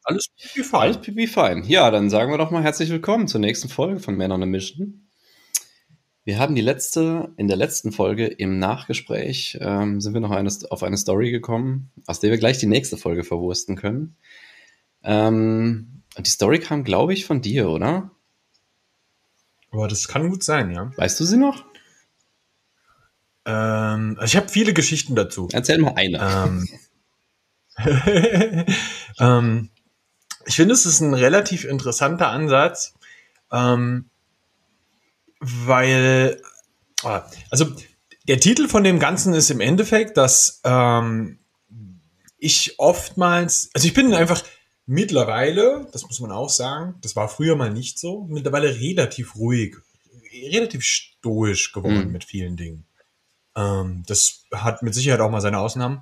Alles pipi Alles fein. pipi fein. Ja, dann sagen wir doch mal herzlich willkommen zur nächsten Folge von Man on a Mission. Wir haben in der letzten Folge im Nachgespräch, sind wir noch auf eine Story gekommen, aus der wir gleich die nächste Folge verwursten können. Und die Story kam, glaube ich, von dir, oder? Aber das kann gut sein, ja. Weißt du sie noch? Also ich habe viele Geschichten dazu. Erzähl mal eine. Ich finde, es ist ein relativ interessanter Ansatz, weil, also der Titel von dem Ganzen ist im Endeffekt, dass ich oftmals, also ich bin einfach mittlerweile, das muss man auch sagen, das war früher mal nicht so, mittlerweile relativ ruhig, relativ stoisch geworden mit vielen Dingen. Das hat mit Sicherheit auch mal seine Ausnahmen.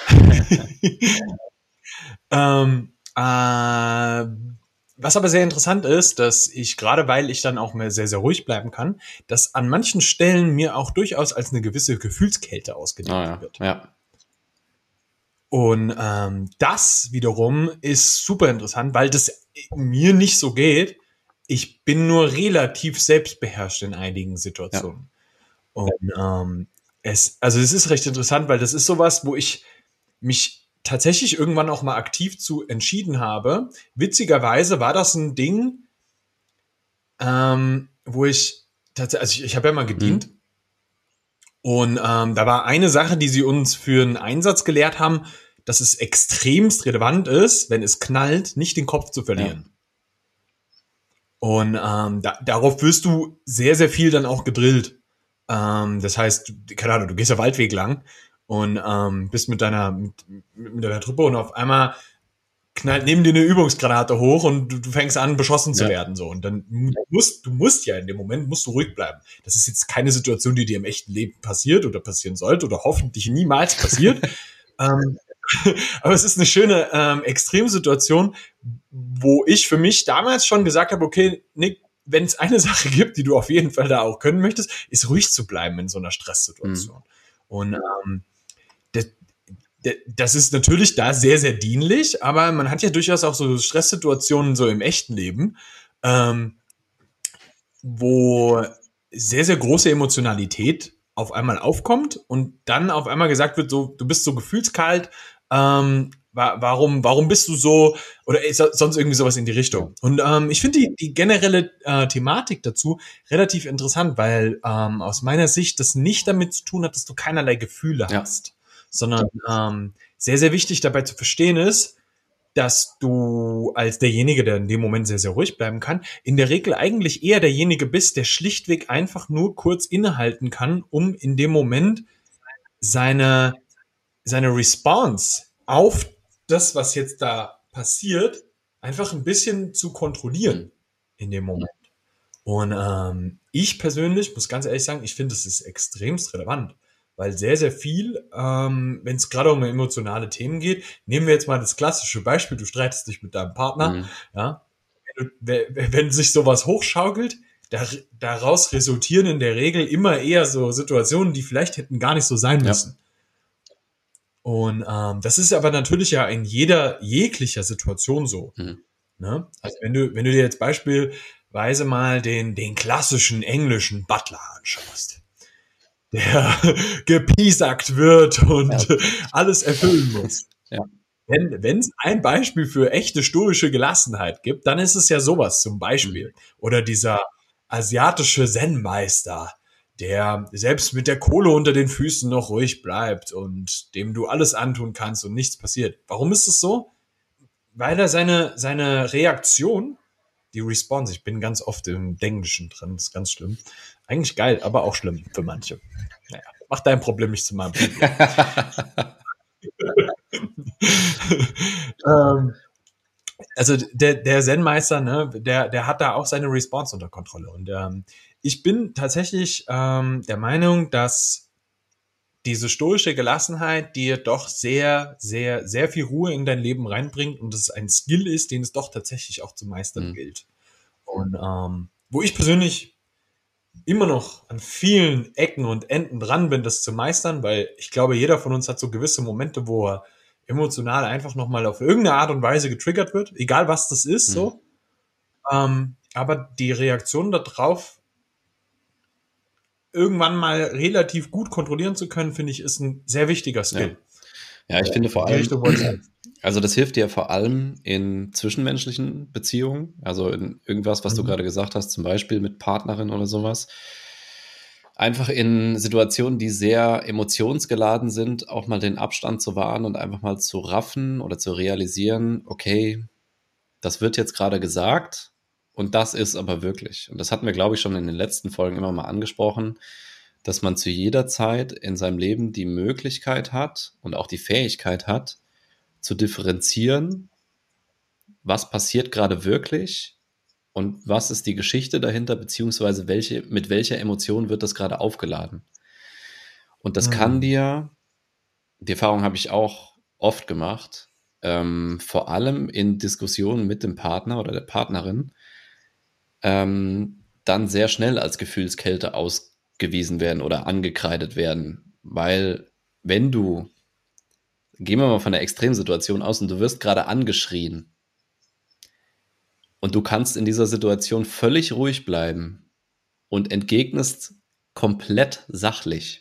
Was aber sehr interessant ist, dass ich, gerade weil ich dann auch mehr sehr, sehr ruhig bleiben kann, dass an manchen Stellen mir auch durchaus als eine gewisse Gefühlskälte ausgelegt wird. Ja. Und das wiederum ist super interessant, weil das mir nicht so geht. Ich bin nur relativ selbstbeherrscht in einigen Situationen. Ja. Und es ist recht interessant, weil das ist sowas, wo ich mich tatsächlich irgendwann auch mal aktiv zu entschieden habe. Witzigerweise war das ein Ding, wo ich tatsächlich, also ich habe ja mal gedient. Und da war eine Sache, die sie uns für einen Einsatz gelehrt haben, dass es extremst relevant ist, wenn es knallt, nicht den Kopf zu verlieren. Ja. Und darauf wirst du sehr, sehr viel dann auch gedrillt. Das heißt, keine Ahnung, du gehst der Waldweg lang und bist mit deiner Truppe und auf einmal knallt neben dir eine Übungsgranate hoch und du fängst an, beschossen zu werden. So. Und dann du musst ja in dem Moment, musst du ruhig bleiben. Das ist jetzt keine Situation, die dir im echten Leben passiert oder passieren sollte oder hoffentlich niemals passiert. Aber es ist eine schöne Extremsituation, wo ich für mich damals schon gesagt habe, okay, Nick, wenn es eine Sache gibt, die du auf jeden Fall da auch können möchtest, ist ruhig zu bleiben in so einer Stresssituation. Und das ist natürlich da sehr, sehr dienlich, aber man hat ja durchaus auch so Stresssituationen so im echten Leben, wo sehr, sehr große Emotionalität auf einmal aufkommt und dann auf einmal gesagt wird, so, du bist so gefühlskalt, warum bist du so, oder sonst irgendwie sowas in die Richtung. Und ich finde die generelle Thematik dazu relativ interessant, weil aus meiner Sicht das nicht damit zu tun hat, dass du keinerlei Gefühle hast, sondern sehr, sehr wichtig dabei zu verstehen ist, dass du als derjenige, der in dem Moment sehr, sehr ruhig bleiben kann, in der Regel eigentlich eher derjenige bist, der schlichtweg einfach nur kurz innehalten kann, um in dem Moment seine Response auf das, was jetzt da passiert, einfach ein bisschen zu kontrollieren in dem Moment. Und ich persönlich muss ganz ehrlich sagen, ich finde, es ist extremst relevant, weil sehr, sehr viel, wenn es gerade um emotionale Themen geht, nehmen wir jetzt mal das klassische Beispiel, du streitest dich mit deinem Partner, ja, wenn sich sowas hochschaukelt, daraus resultieren in der Regel immer eher so Situationen, die vielleicht hätten gar nicht so sein müssen. Und das ist aber natürlich ja in jeglicher Situation so. Ne? Also wenn du dir jetzt beispielsweise mal den klassischen englischen Butler anschaust, der gepiesackt wird und alles erfüllen muss. Wenn es ein Beispiel für echte stoische Gelassenheit gibt, dann ist es ja sowas zum Beispiel. Oder dieser asiatische Zen-Meister, der selbst mit der Kohle unter den Füßen noch ruhig bleibt und dem du alles antun kannst und nichts passiert. Warum ist es so? Weil er seine Reaktion, die Response, ich bin ganz oft im Englischen drin, das ist ganz schlimm. Eigentlich geil, aber auch schlimm für manche. Naja, mach dein Problem nicht zu meinem Problem. Also der Zen-Meister, ne, der hat da auch seine Response unter Kontrolle. Und ich bin tatsächlich der Meinung, dass diese stoische Gelassenheit dir doch sehr, sehr, sehr viel Ruhe in dein Leben reinbringt und es ein Skill ist, den es doch tatsächlich auch zu meistern gilt. Und wo ich persönlich immer noch an vielen Ecken und Enden dran bin, das zu meistern, weil ich glaube, jeder von uns hat so gewisse Momente, wo er emotional einfach nochmal auf irgendeine Art und Weise getriggert wird, egal was das ist, so. Aber die Reaktion darauf irgendwann mal relativ gut kontrollieren zu können, finde ich, ist ein sehr wichtiger Skill. Ja, ich finde vor In die Richtung wollte ich allem, also das hilft dir vor allem in zwischenmenschlichen Beziehungen, also in irgendwas, was du gerade gesagt hast, zum Beispiel mit Partnerin oder sowas. Einfach in Situationen, die sehr emotionsgeladen sind, auch mal den Abstand zu wahren und einfach mal zu raffen oder zu realisieren, okay, das wird jetzt gerade gesagt und das ist aber wirklich. Und das hatten wir, glaube ich, schon in den letzten Folgen immer mal angesprochen, dass man zu jeder Zeit in seinem Leben die Möglichkeit hat und auch die Fähigkeit hat, zu differenzieren, was passiert gerade wirklich und was ist die Geschichte dahinter, beziehungsweise mit welcher Emotion wird das gerade aufgeladen. Und das kann dir, die Erfahrung habe ich auch oft gemacht, vor allem in Diskussionen mit dem Partner oder der Partnerin, dann sehr schnell als Gefühlskälte ausgewiesen werden oder angekreidet werden. Weil wenn du, gehen wir mal von der Extremsituation aus und du wirst gerade angeschrien und du kannst in dieser Situation völlig ruhig bleiben und entgegnest komplett sachlich,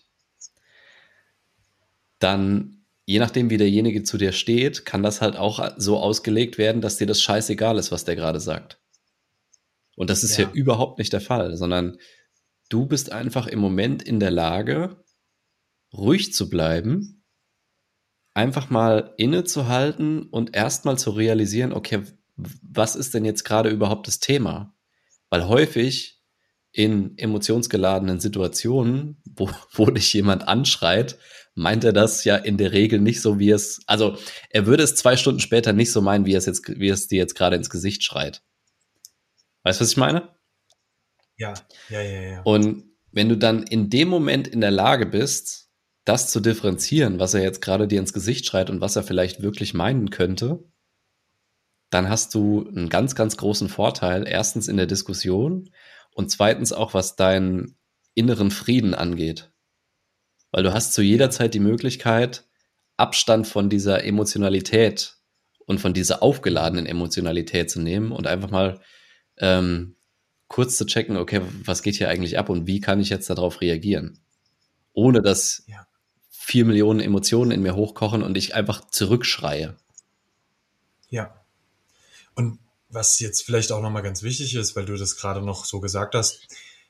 dann, je nachdem, wie derjenige zu dir steht, kann das halt auch so ausgelegt werden, dass dir das scheißegal ist, was der gerade sagt. Und das ist hier überhaupt nicht der Fall, sondern du bist einfach im Moment in der Lage, ruhig zu bleiben, einfach mal innezuhalten und erstmal zu realisieren, okay, was ist denn jetzt gerade überhaupt das Thema? Weil häufig in emotionsgeladenen Situationen, wo dich jemand anschreit, meint er das ja in der Regel nicht so, also er würde es 2 Stunden später nicht so meinen, wie es dir jetzt gerade ins Gesicht schreit. Weißt du, was ich meine? Ja. Und wenn du dann in dem Moment in der Lage bist, das zu differenzieren, was er jetzt gerade dir ins Gesicht schreit und was er vielleicht wirklich meinen könnte, dann hast du einen ganz, ganz großen Vorteil. Erstens in der Diskussion und zweitens auch, was deinen inneren Frieden angeht. Weil du hast zu jeder Zeit die Möglichkeit, Abstand von dieser Emotionalität und von dieser aufgeladenen Emotionalität zu nehmen und einfach mal kurz zu checken, okay, was geht hier eigentlich ab und wie kann ich jetzt darauf reagieren? Ohne dass 4 Millionen Emotionen in mir hochkochen und ich einfach zurückschreie. Ja. Und was jetzt vielleicht auch nochmal ganz wichtig ist, weil du das gerade noch so gesagt hast,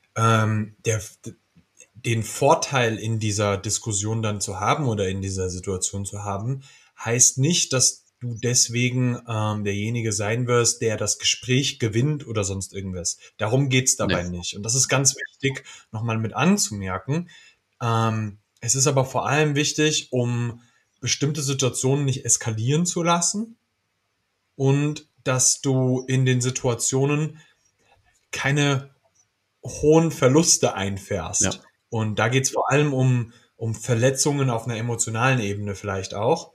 den Vorteil in dieser Diskussion dann zu haben oder in dieser Situation zu haben, heißt nicht, dass du deswegen derjenige sein wirst, der das Gespräch gewinnt oder sonst irgendwas. Darum geht's dabei nicht. Und das ist ganz wichtig, nochmal mit anzumerken. Es ist aber vor allem wichtig, um bestimmte Situationen nicht eskalieren zu lassen und dass du in den Situationen keine hohen Verluste einfährst. Ja. Und da geht's vor allem um Verletzungen auf einer emotionalen Ebene vielleicht auch.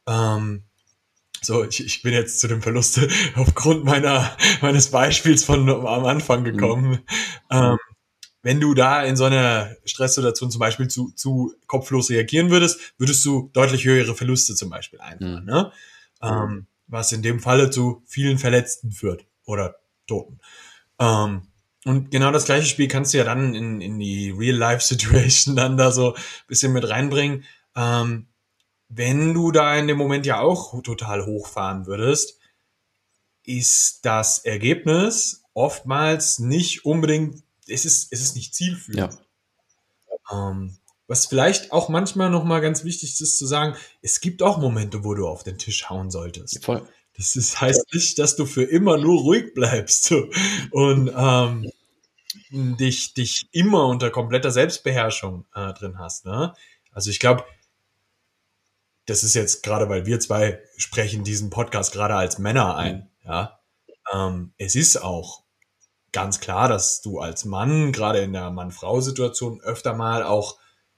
Ich bin jetzt zu dem Verlust aufgrund meines Beispiels von am Anfang gekommen. Wenn du da in so einer Stresssituation zum Beispiel zu kopflos reagieren würdest du deutlich höhere Verluste zum Beispiel einfahren, ne? Was in dem Falle zu vielen Verletzten führt oder Toten. Und genau das gleiche Spiel kannst du ja dann in die Real-Life-Situation dann da so ein bisschen mit reinbringen. Wenn du da in dem Moment ja auch total hochfahren würdest, ist das Ergebnis oftmals nicht unbedingt, es ist nicht zielführend. Was vielleicht auch manchmal nochmal ganz wichtig ist zu sagen, es gibt auch Momente, wo du auf den Tisch hauen solltest. Voll. Das heißt nicht, dass du für immer nur ruhig bleibst und dich immer unter kompletter Selbstbeherrschung drin hast. Ne? Also ich glaube, das ist jetzt gerade, weil wir zwei sprechen diesen Podcast gerade als Männer ein. Ja, es ist auch ganz klar, dass du als Mann, gerade in der Mann-Frau-Situation, öfter mal auch,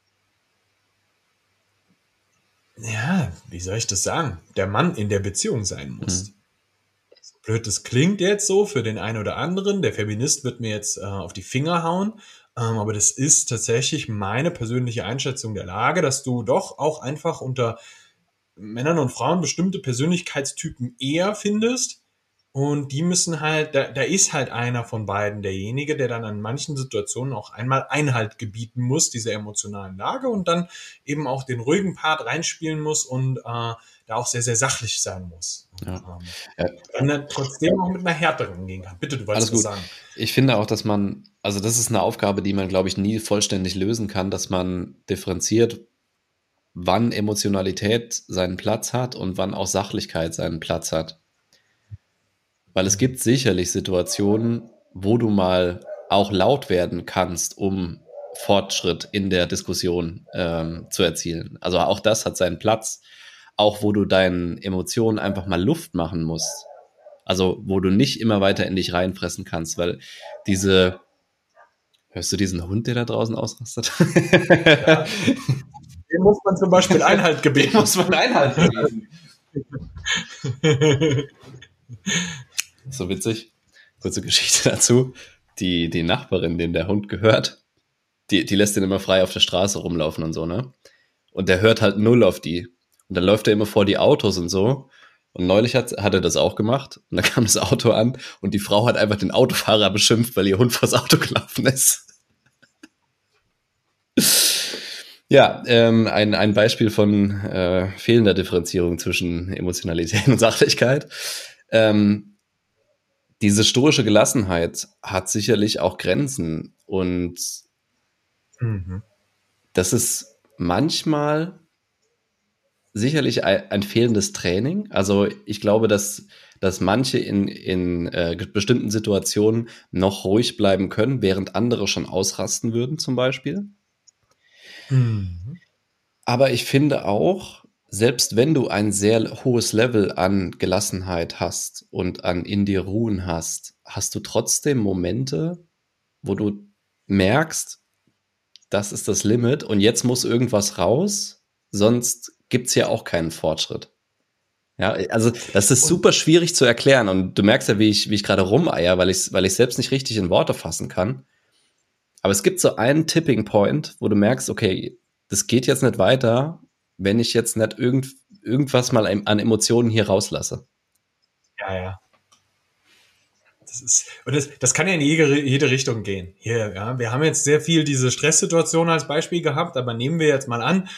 ja, wie soll ich das sagen, der Mann in der Beziehung sein musst. So blöd das klingt jetzt so für den einen oder anderen, der Feminist wird mir jetzt auf die Finger hauen, aber das ist tatsächlich meine persönliche Einschätzung der Lage, dass du doch auch einfach unter Männern und Frauen bestimmte Persönlichkeitstypen eher findest. Und die müssen halt, da ist halt einer von beiden derjenige, der dann an manchen Situationen auch einmal Einhalt gebieten muss, dieser emotionalen Lage, und dann eben auch den ruhigen Part reinspielen muss und da auch sehr, sehr sachlich sein muss. Ja. Und dann trotzdem auch mit einer Härte rangehen kann. Bitte, du wolltest Alles was gut. sagen. Ich finde auch, dass man, also das ist eine Aufgabe, die man, glaube ich, nie vollständig lösen kann, dass man differenziert, wann Emotionalität seinen Platz hat und wann auch Sachlichkeit seinen Platz hat. Weil es gibt sicherlich Situationen, wo du mal auch laut werden kannst, um Fortschritt in der Diskussion zu erzielen. Also auch das hat seinen Platz. Auch wo du deinen Emotionen einfach mal Luft machen musst. Also wo du nicht immer weiter in dich reinfressen kannst, weil diese, hörst du diesen Hund, der da draußen ausrastet? Ja. Dem muss man zum Beispiel Einhalt Dem gebieten. muss man Einhalt gebieten. So witzig. Kurze Geschichte dazu. Die Nachbarin, dem der Hund gehört, die lässt den immer frei auf der Straße rumlaufen und so, ne? Und der hört halt null auf die. Und dann läuft er immer vor die Autos und so. Und neulich hat er das auch gemacht. Und dann kam das Auto an und die Frau hat einfach den Autofahrer beschimpft, weil ihr Hund vors Auto gelaufen ist. Ja, ein Beispiel von fehlender Differenzierung zwischen Emotionalität und Sachlichkeit. Diese stoische Gelassenheit hat sicherlich auch Grenzen und das ist manchmal sicherlich ein fehlendes Training. Also ich glaube, dass manche in bestimmten Situationen noch ruhig bleiben können, während andere schon ausrasten würden zum Beispiel. Aber ich finde auch, selbst wenn du ein sehr hohes Level an Gelassenheit hast und an in dir ruhen hast, hast du trotzdem Momente, wo du merkst, das ist das Limit und jetzt muss irgendwas raus, sonst gibt's ja auch keinen Fortschritt. Ja, also das ist super schwierig zu erklären und du merkst ja, wie ich gerade rumeier, weil ich selbst nicht richtig in Worte fassen kann. Aber es gibt so einen Tipping Point, wo du merkst, okay, das geht jetzt nicht weiter, wenn ich jetzt nicht irgendwas mal an Emotionen hier rauslasse. Ja, ja. Das kann ja in jede Richtung gehen. Hier, ja, wir haben jetzt sehr viel diese Stresssituation als Beispiel gehabt, aber nehmen wir jetzt mal an,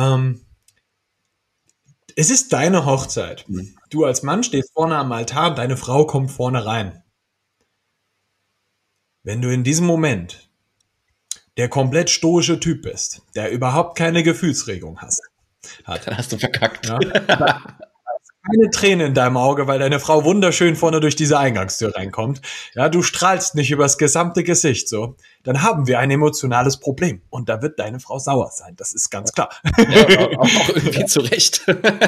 es ist deine Hochzeit. Du als Mann stehst vorne am Altar und deine Frau kommt vorne rein. Wenn du in diesem Moment der komplett stoische Typ bist, der überhaupt keine Gefühlsregung hat, Dann hast du verkackt. ja, keine Träne in deinem Auge, weil deine Frau wunderschön vorne durch diese Eingangstür reinkommt. Ja, du strahlst nicht übers gesamte Gesicht so. Dann haben wir ein emotionales Problem. Und da wird deine Frau sauer sein. Das ist ganz klar. Ja, auch irgendwie zu Recht.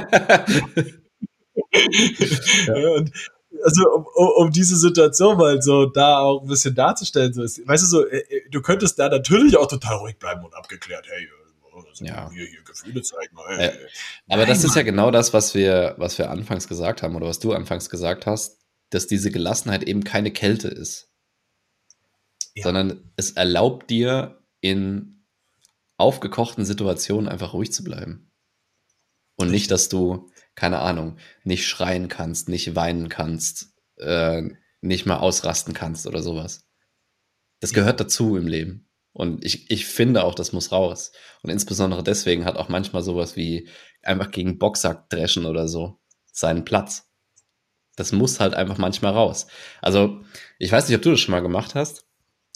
Ja. Und also um diese Situation mal so da auch ein bisschen darzustellen, so ist, weißt du so, du könntest da natürlich auch total ruhig bleiben und abgeklärt, hey, Ja. hier Gefühle zeigen. Ja. Aber das ist ja genau das, was wir anfangs gesagt haben oder was du anfangs gesagt hast, dass diese Gelassenheit eben keine Kälte ist, sondern es erlaubt dir in aufgekochten Situationen einfach ruhig zu bleiben. Und nicht, dass du, keine Ahnung, nicht schreien kannst, nicht weinen kannst, nicht mal ausrasten kannst oder sowas. Das gehört dazu im Leben. Und ich finde auch, das muss raus. Und insbesondere deswegen hat auch manchmal sowas wie einfach gegen Boxsack dreschen oder so seinen Platz. Das muss halt einfach manchmal raus. Also, ich weiß nicht, ob du das schon mal gemacht hast.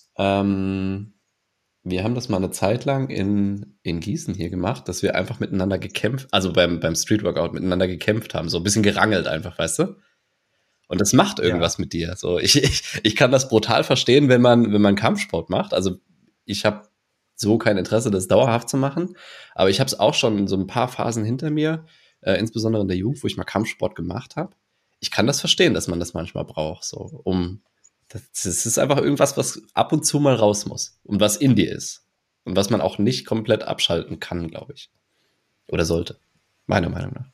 Wir haben das mal eine Zeit lang in Gießen hier gemacht, dass wir einfach miteinander gekämpft, also beim Streetworkout miteinander gekämpft haben, so ein bisschen gerangelt einfach, weißt du? Und das macht irgendwas mit dir. So, ich kann das brutal verstehen, wenn man Kampfsport macht. Also ich habe so kein Interesse, das dauerhaft zu machen, aber ich habe es auch schon so ein paar Phasen hinter mir, insbesondere in der Jugend, wo ich mal Kampfsport gemacht habe. Ich kann das verstehen, dass man das manchmal braucht, so das ist einfach irgendwas, was ab und zu mal raus muss und was in dir ist und was man auch nicht komplett abschalten kann, glaube ich. Oder sollte, meiner Meinung nach.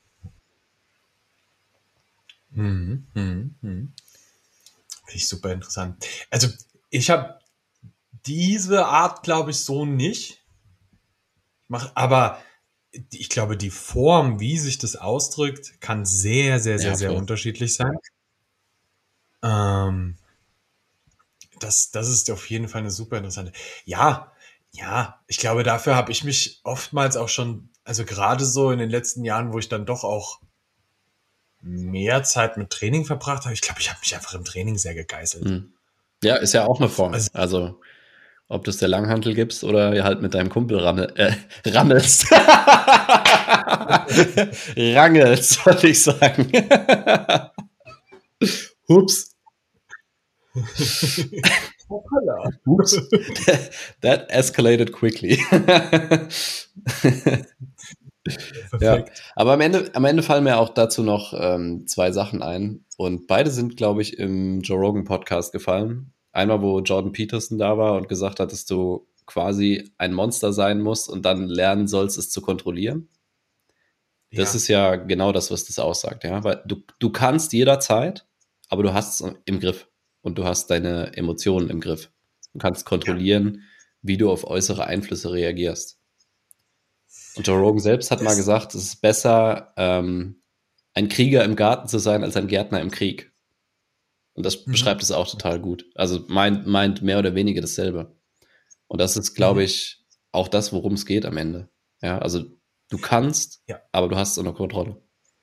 Finde ich super interessant. Also ich habe diese Art, glaube ich, so nicht. Aber ich glaube, die Form, wie sich das ausdrückt, kann sehr, sehr, sehr, Ja, sehr voll. unterschiedlich sein. Ähm, das ist auf jeden Fall eine super interessante. Ja, ja, ich glaube, dafür habe ich mich oftmals auch schon, also gerade so in den letzten Jahren, wo ich dann doch auch mehr Zeit mit Training verbracht habe, ich glaube, ich habe mich einfach im Training sehr gegeißelt. Mhm. Ja, ist ja auch eine Form. Also, Also, ob du es der Langhantel gibst oder halt mit deinem Kumpel rammelst. Rangelst, wollte ich sagen. Hups. hoppala. Ups. That escalated quickly. Ja, Perfekt. aber am Ende fallen mir auch dazu noch zwei Sachen ein. Und beide sind, glaube ich, im Joe Rogan Podcast gefallen. Einmal, wo Jordan Peterson da war und gesagt hat, dass du quasi ein Monster sein musst und dann lernen sollst, es zu kontrollieren. Das Ja. ist ja genau das, was das aussagt, ja. Weil du kannst jederzeit, aber du hast es im Griff und du hast deine Emotionen im Griff. Du kannst Ja. kontrollieren, wie du auf äußere Einflüsse reagierst. Und Joe Rogan selbst hat mal Das, gesagt, es ist besser, ein Krieger im Garten zu sein, als ein Gärtner im Krieg. Und das beschreibt mhm. es auch total gut. Also meint mehr oder weniger dasselbe. Und das ist, glaube Mhm. ich, auch das, worum es geht am Ende. Ja, also du kannst, Ja. aber du hast es unter Kontrolle.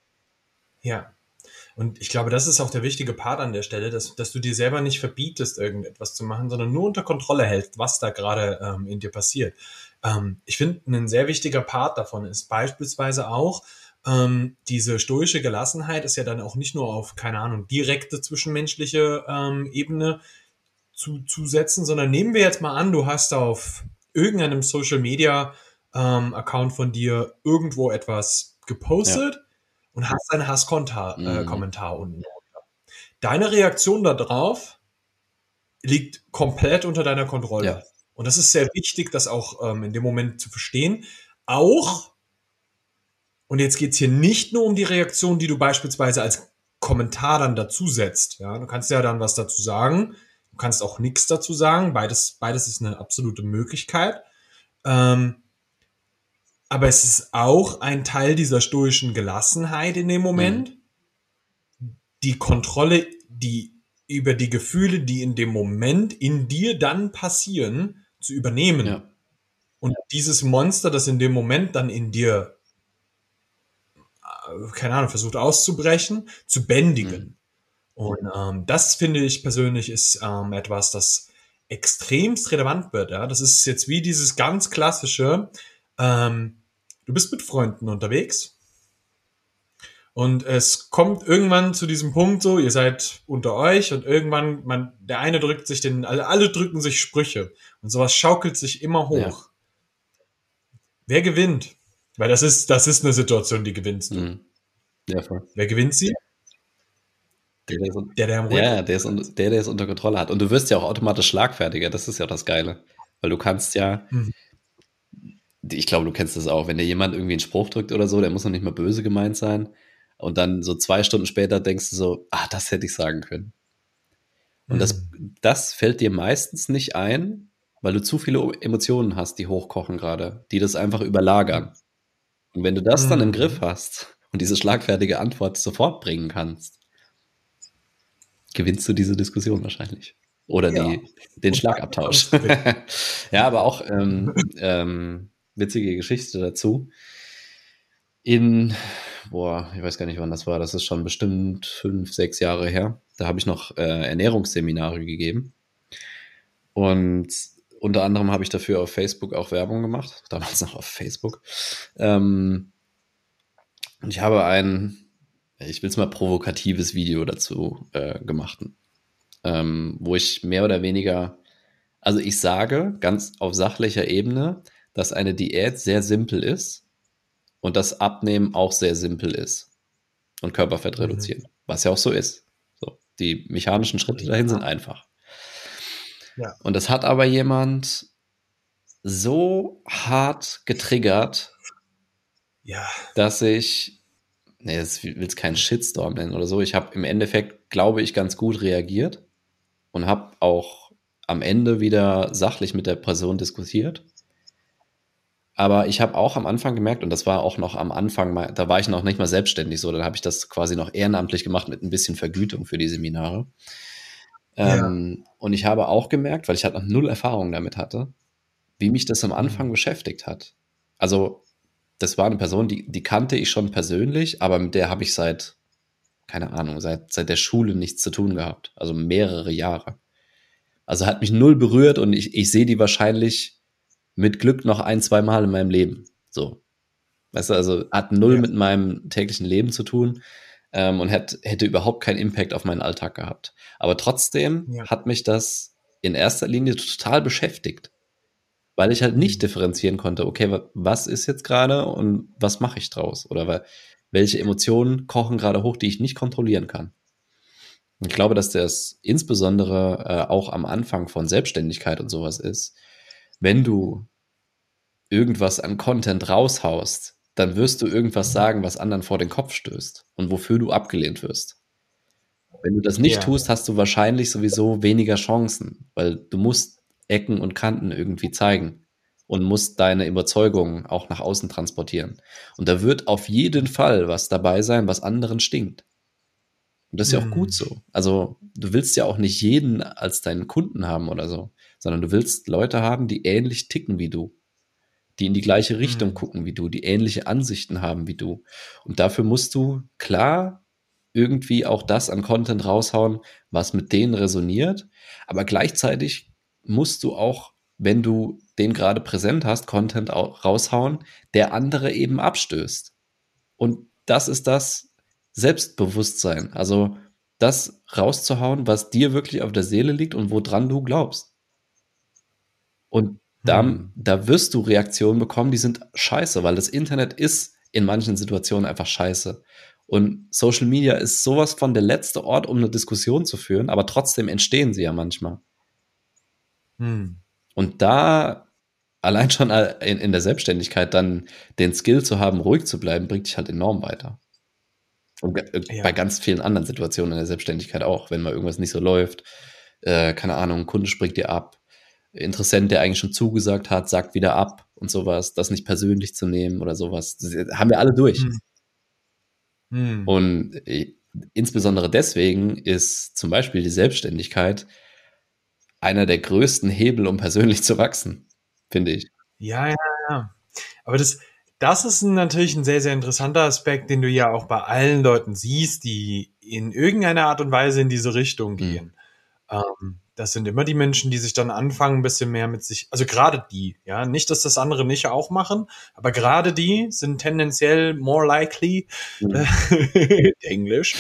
Ja. Und ich glaube, das ist auch der wichtige Part an der Stelle, dass du dir selber nicht verbietest, irgendetwas zu machen, sondern nur unter Kontrolle hältst, was da gerade in dir passiert. Ich finde, ein sehr wichtiger Part davon ist beispielsweise auch, diese stoische Gelassenheit ist ja dann auch nicht nur auf, keine Ahnung, direkte zwischenmenschliche Ebene zu setzen, sondern nehmen wir jetzt mal an, du hast auf irgendeinem Social Media Account von dir irgendwo etwas Ja. gepostet und hast einen Hasskommentar Mhm. Kommentar unten. Deine Reaktion darauf liegt komplett unter deiner Ja. Kontrolle. Und das ist sehr wichtig, das auch in dem Moment zu verstehen. Auch, und jetzt geht's hier nicht nur um die Reaktion, die du beispielsweise als Kommentar dann dazu setzt. Ja, du kannst ja dann was dazu sagen. Du kannst auch nichts dazu sagen. Beides ist eine absolute Möglichkeit. Ähm, aber es ist auch ein Teil dieser stoischen Gelassenheit in dem Mhm. Moment, die Kontrolle, die über die Gefühle, die in dem Moment in dir dann passieren, zu übernehmen. Ja. Und dieses Monster, das in dem Moment dann in dir, keine Ahnung, versucht auszubrechen, zu Mhm. bändigen. Und das finde ich persönlich ist etwas, das extremst relevant wird. Ja? Das ist jetzt wie dieses ganz klassische, ähm, du bist mit Freunden unterwegs und es kommt irgendwann zu diesem Punkt so, ihr seid unter euch und irgendwann, der eine drückt sich also alle drücken sich Sprüche und sowas schaukelt sich immer Ja. hoch. Wer gewinnt? Weil das ist eine Situation, die gewinnst du. Mhm. Ja, voll. Wer gewinnt sie? Der ist, Der am ruhigsten ja, der es unter Kontrolle hat. Und du wirst ja auch automatisch schlagfertiger. Das ist ja das Geile. Weil du kannst ja, ist. ich glaube, du kennst das auch, wenn dir jemand irgendwie einen Spruch drückt oder so, der muss noch nicht mal böse gemeint sein. Und dann so 2 Stunden später denkst du so, das hätte ich sagen können. Und das, Mhm. das fällt dir meistens nicht ein, weil du zu viele Emotionen hast, die hochkochen gerade, die das einfach überlagern. Und wenn du das dann im Griff Mhm. hast und diese schlagfertige Antwort sofort bringen kannst, gewinnst du diese Diskussion wahrscheinlich. Oder Ja. den Und dann Schlagabtausch. bekommst du Gewinn. Ja, aber auch witzige Geschichte dazu. In, ich weiß gar nicht, wann das war. Das ist schon bestimmt 5, 6 Jahre her. Da habe ich noch Ernährungsseminare gegeben. Und unter anderem habe ich dafür auf Facebook auch Werbung gemacht. Damals noch auf Facebook. Und ich habe ich will es mal provokatives Video dazu gemacht, wo ich mehr oder weniger, also ich sage ganz auf sachlicher Ebene, dass eine Diät sehr simpel ist und das Abnehmen auch sehr simpel ist und Körperfett Mhm. reduzieren, was ja auch so ist. So, die mechanischen Schritte dahin sind Ja. einfach. Ja. Und das hat aber jemand so hart getriggert, Ja. dass ich, nee, das will es keinen Shitstorm nennen oder so, ich habe im Endeffekt, glaube ich, ganz gut reagiert und habe auch am Ende wieder sachlich mit der Person diskutiert. Aber ich habe auch am Anfang gemerkt, und das war auch noch am Anfang, da war ich noch nicht mal selbstständig so, dann habe ich das quasi noch ehrenamtlich gemacht mit ein bisschen Vergütung für die Seminare. Ja. Und ich habe auch gemerkt, weil ich halt noch null Erfahrung damit hatte, wie mich das am Anfang Mhm. beschäftigt hat. Also, das war eine Person, die kannte ich schon persönlich, aber mit der habe ich keine Ahnung, seit der Schule nichts zu tun gehabt. Also mehrere Jahre. Also hat mich null berührt und ich sehe die wahrscheinlich mit Glück noch ein, zwei Mal in meinem Leben. So. Weißt du, also hat null Ja. mit meinem täglichen Leben zu tun und hätte überhaupt keinen Impact auf meinen Alltag gehabt. Aber trotzdem Ja. hat mich das in erster Linie total beschäftigt, weil ich halt nicht Mhm. differenzieren konnte, okay, was ist jetzt gerade und was mache ich draus? Oder welche Emotionen kochen gerade hoch, die ich nicht kontrollieren kann. Und ich glaube, dass das insbesondere auch am Anfang von Selbstständigkeit und sowas ist, wenn du irgendwas an Content raushaust, dann wirst du irgendwas sagen, was anderen vor den Kopf stößt und wofür du abgelehnt wirst. Wenn du das nicht Ja. tust, hast du wahrscheinlich sowieso weniger Chancen, weil du musst Ecken und Kanten irgendwie zeigen und musst deine Überzeugungen auch nach außen transportieren. Und da wird auf jeden Fall was dabei sein, was anderen stinkt. Und das ist ja auch gut Mhm. so. Also du willst ja auch nicht jeden als deinen Kunden haben oder so, sondern du willst Leute haben, die ähnlich ticken wie du, die in die gleiche Richtung Mhm. gucken wie du, die ähnliche Ansichten haben wie du. Und dafür musst du klar irgendwie auch das an Content raushauen, was mit denen resoniert. Aber gleichzeitig musst du auch, wenn du den gerade präsent hast, Content auch raushauen, der andere eben abstößt. Und das ist das Selbstbewusstsein. Also das rauszuhauen, was dir wirklich auf der Seele liegt und woran du glaubst. Und Mhm. da wirst du Reaktionen bekommen, die sind scheiße, weil das Internet ist in manchen Situationen einfach scheiße. Und Social Media ist sowas von der letzte Ort, um eine Diskussion zu führen, aber trotzdem entstehen sie ja manchmal. Mhm. Und da allein schon in der Selbstständigkeit dann den Skill zu haben, ruhig zu bleiben, bringt dich halt enorm weiter. Und bei Ja. ganz vielen anderen Situationen in der Selbstständigkeit auch, wenn mal irgendwas nicht so läuft, keine Ahnung, ein Kunde springt dir ab, Interessent, der eigentlich schon zugesagt hat, sagt wieder ab und sowas, das nicht persönlich zu nehmen oder sowas. Das haben wir alle durch. Mhm. Mhm. Und insbesondere deswegen ist zum Beispiel die Selbstständigkeit einer der größten Hebel, um persönlich zu wachsen, finde ich. Ja, ja, ja. Aber das ist natürlich ein sehr, sehr interessanter Aspekt, den du ja auch bei allen Leuten siehst, die in irgendeiner Art und Weise in diese Richtung Hm. gehen. Das sind immer die Menschen, die sich dann anfangen, ein bisschen mehr mit sich, also gerade die, ja, nicht, dass das andere nicht auch machen, aber gerade die sind tendenziell more likely, äh, Hm. Englisch,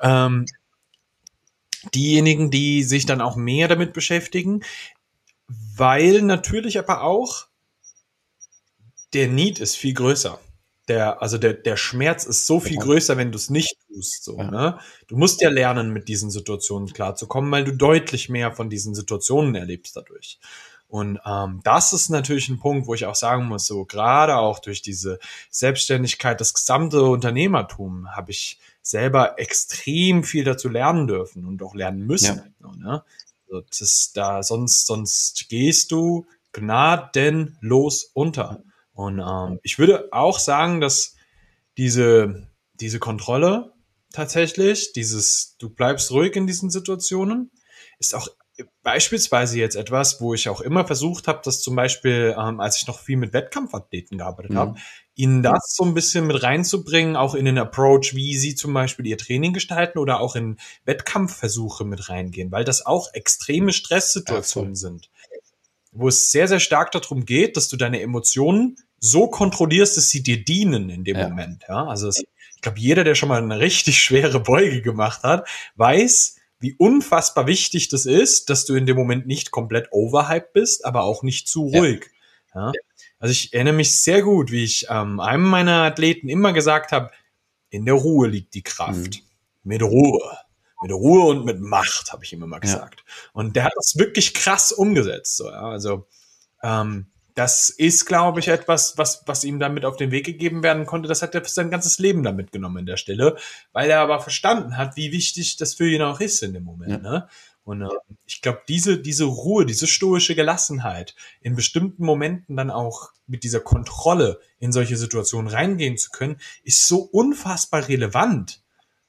diejenigen, die sich dann auch mehr damit beschäftigen, weil natürlich aber auch der Need ist viel größer. Der Schmerz ist so viel Ja, größer, wenn du es nicht tust, so, ja, ne? Du musst ja lernen, mit diesen Situationen klarzukommen, weil du deutlich mehr von diesen Situationen erlebst dadurch. Und das ist natürlich ein Punkt, wo ich auch sagen muss, so gerade auch durch diese Selbstständigkeit, das gesamte Unternehmertum, habe ich selber extrem viel dazu lernen dürfen und auch lernen ja, müssen. So, ne? Also das ist da, sonst gehst du gnadenlos unter. Und ich würde auch sagen, dass diese Kontrolle tatsächlich, du bleibst ruhig in diesen Situationen, ist auch beispielsweise jetzt etwas, wo ich auch immer versucht habe, dass zum Beispiel, als ich noch viel mit Wettkampfathleten gearbeitet habe, hm. ihnen das so ein bisschen mit reinzubringen, auch in den Approach, wie sie zum Beispiel ihr Training gestalten oder auch in Wettkampfversuche mit reingehen, weil das auch extreme Ja, voll. Stresssituationen sind, wo es sehr, sehr stark darum geht, dass du deine Emotionen so kontrollierst, dass sie dir dienen in dem Ja, Moment. Ja? Ich glaube, jeder, der schon mal eine richtig schwere Beuge gemacht hat, weiß, wie unfassbar wichtig das ist, dass du in dem Moment nicht komplett overhyped bist, aber auch nicht zu ja, ruhig. Ja? Also ich erinnere mich sehr gut, wie ich einem meiner Athleten immer gesagt habe, in der Ruhe liegt die hm. Kraft. Mit Ruhe. Mit Ruhe und mit Macht, habe ich ihm immer Ja, gesagt. Und der hat das wirklich krass umgesetzt. So, ja? Also ähm, das ist, glaube ich, etwas, was ihm damit auf den Weg gegeben werden konnte. Das hat er sein ganzes Leben damit genommen an der Stelle, weil er aber verstanden hat, wie wichtig das für ihn auch ist in dem Moment. Ne? Und ich glaube, diese Ruhe, diese stoische Gelassenheit, in bestimmten Momenten dann auch mit dieser Kontrolle in solche Situationen reingehen zu können, ist so unfassbar relevant,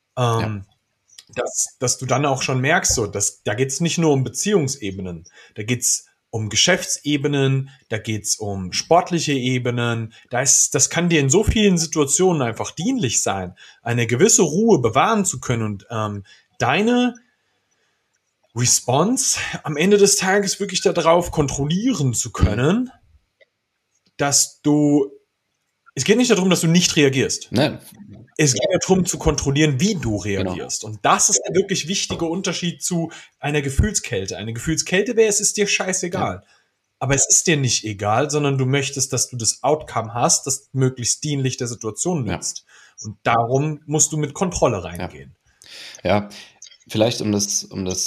dass du dann auch schon merkst, so, da geht es nicht nur um Beziehungsebenen, da geht es um Geschäftsebenen, da geht es um sportliche Ebenen, das kann dir in so vielen Situationen einfach dienlich sein, eine gewisse Ruhe bewahren zu können und deine Response am Ende des Tages wirklich darauf kontrollieren zu können, dass es geht nicht darum, dass du nicht reagierst. Nein. Es geht darum, zu kontrollieren, wie du reagierst. Genau. Und das ist der wirklich wichtige Unterschied zu einer Gefühlskälte. Eine Gefühlskälte wäre, es ist dir scheißegal. Ja. Aber es ist dir nicht egal, sondern du möchtest, dass du das Outcome hast, das möglichst dienlich der Situation nützt. Ja. Und darum musst du mit Kontrolle reingehen. Ja, vielleicht um das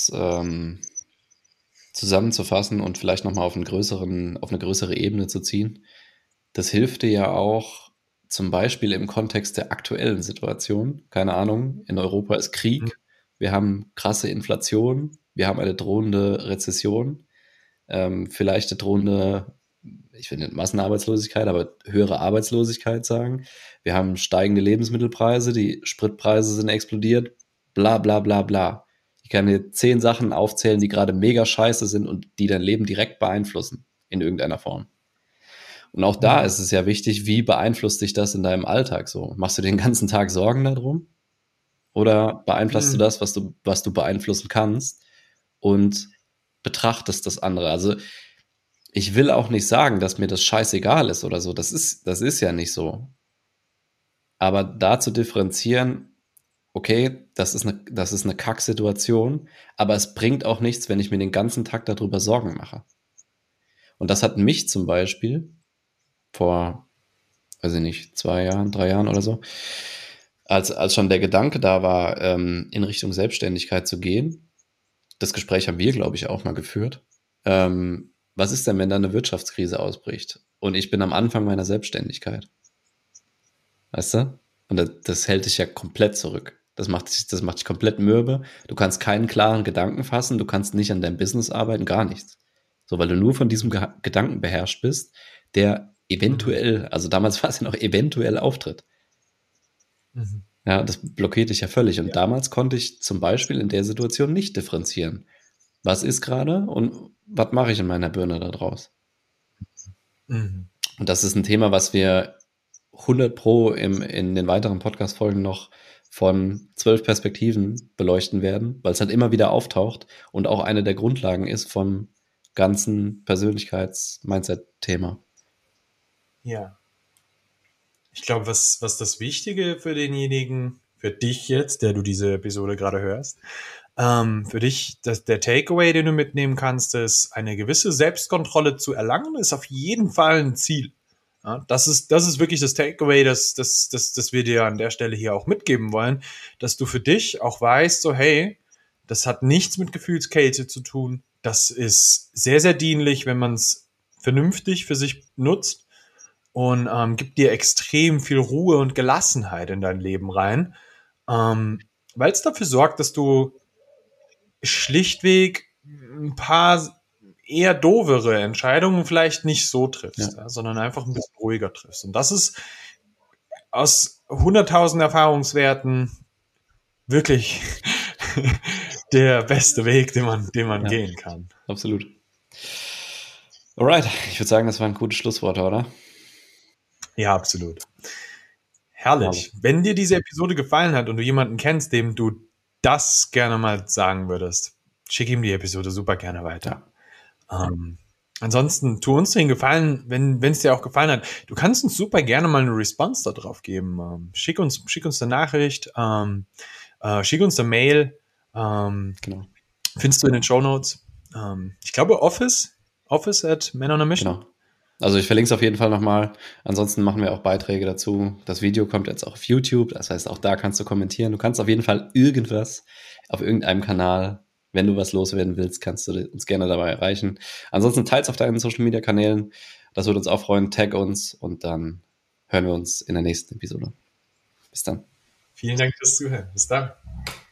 zusammenzufassen und vielleicht nochmal auf eine größere Ebene zu ziehen. Das hilft dir ja auch zum Beispiel im Kontext der aktuellen Situation. Keine Ahnung, in Europa ist Krieg, wir haben krasse Inflation, wir haben eine drohende Rezession, vielleicht eine drohende, ich finde Massenarbeitslosigkeit, aber höhere Arbeitslosigkeit sagen. Wir haben steigende Lebensmittelpreise, die Spritpreise sind explodiert, bla bla bla bla. Ich kann dir 10 Sachen aufzählen, die gerade mega scheiße sind und die dein Leben direkt beeinflussen in irgendeiner Form. Und auch da ist es ja wichtig, wie beeinflusst dich das in deinem Alltag so? Machst du den ganzen Tag Sorgen darum? Oder beeinflusst du das, was du beeinflussen kannst und betrachtest das andere? Also ich will auch nicht sagen, dass mir das scheißegal ist oder so. Das ist ja nicht so. Aber da zu differenzieren, okay, das ist eine Kacksituation, aber es bringt auch nichts, wenn ich mir den ganzen Tag darüber Sorgen mache. Und das hat mich zum Beispiel vor, weiß ich nicht, 2 Jahren, 3 Jahren oder so, als schon der Gedanke da war, in Richtung Selbstständigkeit zu gehen. Das Gespräch haben wir, glaube ich, auch mal geführt. Was ist denn, wenn da eine Wirtschaftskrise ausbricht? Und ich bin am Anfang meiner Selbstständigkeit. Weißt du? Und das hält dich ja komplett zurück. Das macht dich komplett mürbe. Du kannst keinen klaren Gedanken fassen. Du kannst nicht an deinem Business arbeiten, gar nichts. So, weil du nur von diesem Gedanken beherrscht bist, der eventuell, also damals war es ja noch eventuell auftritt. Ja, das blockiert dich ja völlig. Und damals konnte ich zum Beispiel in der Situation nicht differenzieren. Was ist gerade und was mache ich in meiner Birne da draus? Und das ist ein Thema, was wir 100% in den weiteren Podcast-Folgen noch von 12 Perspektiven beleuchten werden, weil es halt immer wieder auftaucht und auch eine der Grundlagen ist vom ganzen Persönlichkeits-Mindset-Thema. Ja. Ich glaube, was das Wichtige für denjenigen, für dich jetzt, der du diese Episode gerade hörst, für dich, der Takeaway, den du mitnehmen kannst, ist, eine gewisse Selbstkontrolle zu erlangen, ist auf jeden Fall ein Ziel. Ja, das ist wirklich das Takeaway, das wir dir an der Stelle hier auch mitgeben wollen, dass du für dich auch weißt, so hey, das hat nichts mit Gefühlskälte zu tun. Das ist sehr, sehr dienlich, wenn man es vernünftig für sich nutzt und gibt dir extrem viel Ruhe und Gelassenheit in dein Leben rein, weil es dafür sorgt, dass du schlichtweg ein paar eher doovere Entscheidungen vielleicht nicht so triffst, sondern einfach ein bisschen ruhiger triffst. Und das ist aus 100.000 Erfahrungswerten wirklich der beste Weg, den man gehen kann. Absolut. Alright, ich würde sagen, das waren gute Schlussworte, oder? Ja, absolut. Herrlich. Wenn dir diese Episode gefallen hat und du jemanden kennst, dem du das gerne mal sagen würdest, schick ihm die Episode super gerne weiter. Ja. Ansonsten tu uns den Gefallen, wenn es dir auch gefallen hat. Du kannst uns super gerne mal eine Response darauf geben. Schick uns eine Nachricht, schick uns eine Mail. Genau. Findest du in den Shownotes. Ich glaube office@menonamission. Genau. Also ich verlinke es auf jeden Fall nochmal. Ansonsten machen wir auch Beiträge dazu. Das Video kommt jetzt auch auf YouTube. Das heißt, auch da kannst du kommentieren. Du kannst auf jeden Fall irgendwas auf irgendeinem Kanal Wenn du was loswerden willst, kannst du uns gerne dabei erreichen. Ansonsten teils auf deinen Social-Media-Kanälen. Das würde uns auch freuen. Tag uns und dann hören wir uns in der nächsten Episode. Bis dann. Vielen Dank fürs Zuhören. Bis dann.